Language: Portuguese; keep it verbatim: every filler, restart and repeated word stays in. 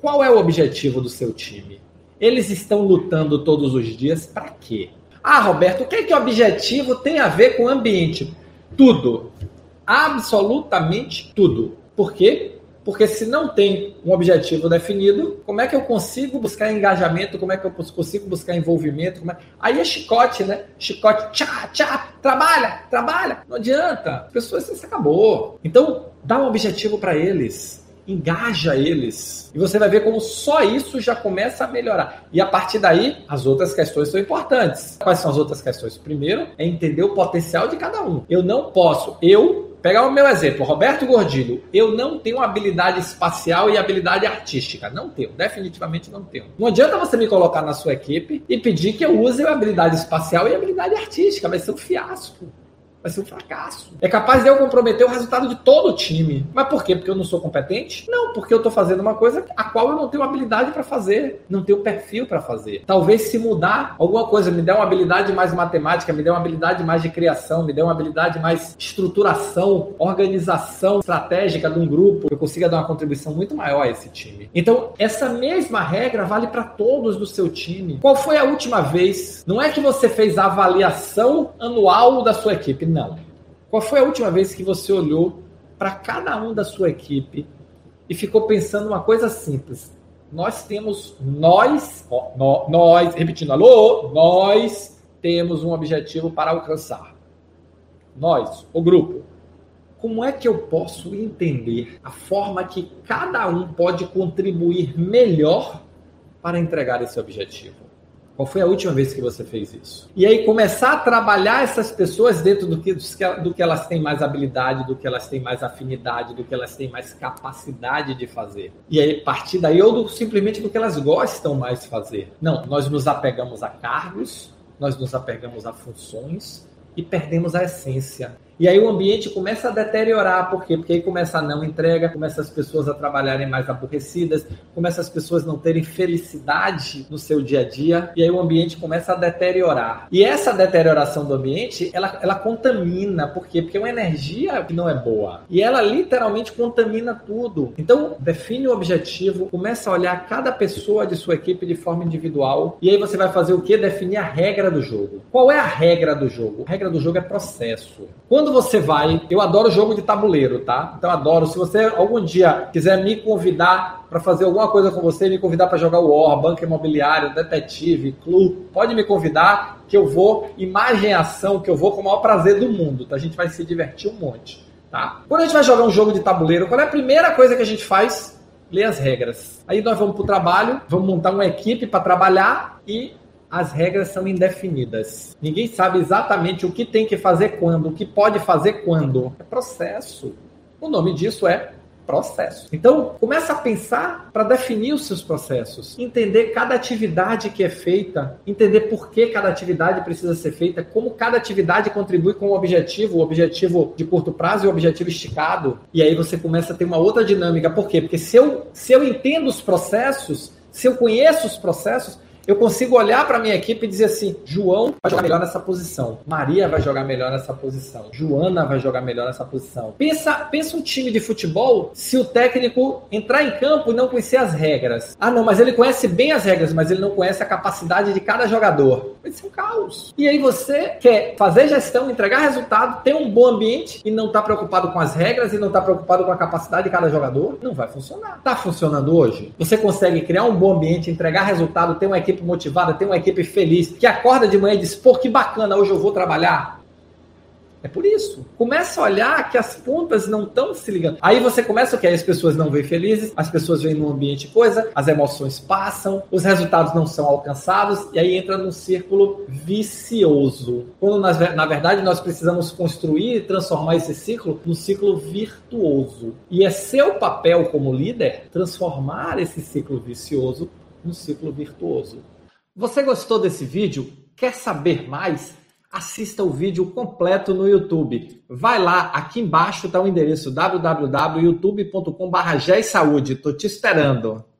qual é o objetivo do seu time? Eles estão lutando todos os dias para quê? Ah, Roberto, o que é que o objetivo tem a ver com o ambiente? Tudo. Absolutamente tudo. Por quê? Porque se não tem um objetivo definido, como é que eu consigo buscar engajamento? Como é que eu consigo buscar envolvimento? Como é... Aí é chicote, né? Chicote, tchá, tchá, trabalha, trabalha. Não adianta. As pessoas, isso acabou. Então, dá um objetivo para eles. Engaja eles. E você vai ver como só isso já começa a melhorar. E a partir daí, as outras questões são importantes. Quais são as outras questões? Primeiro, é entender o potencial de cada um. Eu não posso, eu... Pegar o meu exemplo, Roberto Gordilho, eu não tenho habilidade espacial e habilidade artística. Não tenho, definitivamente não tenho. Não adianta você me colocar na sua equipe e pedir que eu use a habilidade espacial e a habilidade artística. Vai ser um fiasco. Vai ser um fracasso. É capaz de eu comprometer o resultado de todo o time. Mas por quê? Porque eu não sou competente? Não, porque eu estou fazendo uma coisa a qual eu não tenho habilidade para fazer. Não tenho perfil para fazer. Talvez se mudar alguma coisa, me dê uma habilidade mais matemática, me dê uma habilidade mais de criação, me dê uma habilidade mais estruturação, organização estratégica de um grupo, eu consiga dar uma contribuição muito maior a esse time. Então, essa mesma regra vale para todos do seu time. Qual foi a última vez? Não é que você fez a avaliação anual da sua equipe. Não. Qual foi a última vez que você olhou para cada um da sua equipe e ficou pensando uma coisa simples? Nós temos, nós, ó, nó, nós, repetindo, alô, nós temos um objetivo para alcançar. Nós, o grupo. Como é que eu posso entender a forma que cada um pode contribuir melhor para entregar esse objetivo? Qual foi a última vez que você fez isso? E aí começar a trabalhar essas pessoas dentro do que, do que elas têm mais habilidade, do que elas têm mais afinidade, do que elas têm mais capacidade de fazer. E aí partir daí ou do, simplesmente do que elas gostam mais de fazer. Não, nós nos apegamos a cargos, nós nos apegamos a funções e perdemos a essência. E aí o ambiente começa a deteriorar. Por quê? Porque aí começa a não entrega, começa as pessoas a trabalharem mais aborrecidas, começa as pessoas não terem felicidade no seu dia a dia, e aí o ambiente começa a deteriorar. E essa deterioração do ambiente, ela, ela contamina. Por quê? Porque é uma energia que não é boa. E ela literalmente contamina tudo. Então, define o objetivo, começa a olhar cada pessoa de sua equipe de forma individual, e aí você vai fazer o quê? Definir a regra do jogo. Qual é a regra do jogo? A regra do jogo é processo. Quando você vai, eu adoro jogo de tabuleiro, tá? Então adoro, se você algum dia quiser me convidar para fazer alguma coisa com você, me convidar para jogar War, Banco Imobiliário, Detetive, Clue, pode me convidar que eu vou, imagem e ação, que eu vou com o maior prazer do mundo, tá? A gente vai se divertir um monte, tá? Quando a gente vai jogar um jogo de tabuleiro, qual é a primeira coisa que a gente faz? Ler as regras. Aí nós vamos pro trabalho, vamos montar uma equipe para trabalhar e as regras são indefinidas. Ninguém sabe exatamente o que tem que fazer quando, o que pode fazer quando. É processo. O nome disso é processo. Então, começa a pensar para definir os seus processos. Entender cada atividade que é feita. Entender por que cada atividade precisa ser feita. Como cada atividade contribui com o objetivo. O objetivo de curto prazo e o objetivo esticado. E aí você começa a ter uma outra dinâmica. Por quê? Porque se eu, se eu entendo os processos, se eu conheço os processos, eu consigo olhar para a minha equipe e dizer assim, João vai jogar melhor nessa posição, Maria vai jogar melhor nessa posição, Joana vai jogar melhor nessa posição. Pensa, pensa um time de futebol, se o técnico entrar em campo e não conhecer as regras. Ah não, mas ele conhece bem as regras, mas ele não conhece a capacidade de cada jogador. Vai ser um caos. E aí você quer fazer gestão, entregar resultado, ter um bom ambiente e não está preocupado com as regras e não está preocupado com a capacidade de cada jogador? Não vai funcionar. Está funcionando hoje? Você consegue criar um bom ambiente, entregar resultado, ter uma equipe motivada, ter uma equipe feliz, que acorda de manhã e diz, pô, que bacana, hoje eu vou trabalhar. É por isso. Começa a olhar que as pontas não estão se ligando. Aí você começa o quê? As pessoas não vêm felizes, as pessoas vêm num ambiente coisa, as emoções passam, os resultados não são alcançados, e aí entra num círculo vicioso. Quando nós, na verdade nós precisamos construir e transformar esse ciclo num ciclo virtuoso. E é seu papel como líder transformar esse ciclo vicioso num ciclo virtuoso. Você gostou desse vídeo? Quer saber mais? Assista o vídeo completo no YouTube. Vai lá, aqui embaixo está o endereço w w w ponto youtube ponto com barra G E S Saúde. Estou te esperando.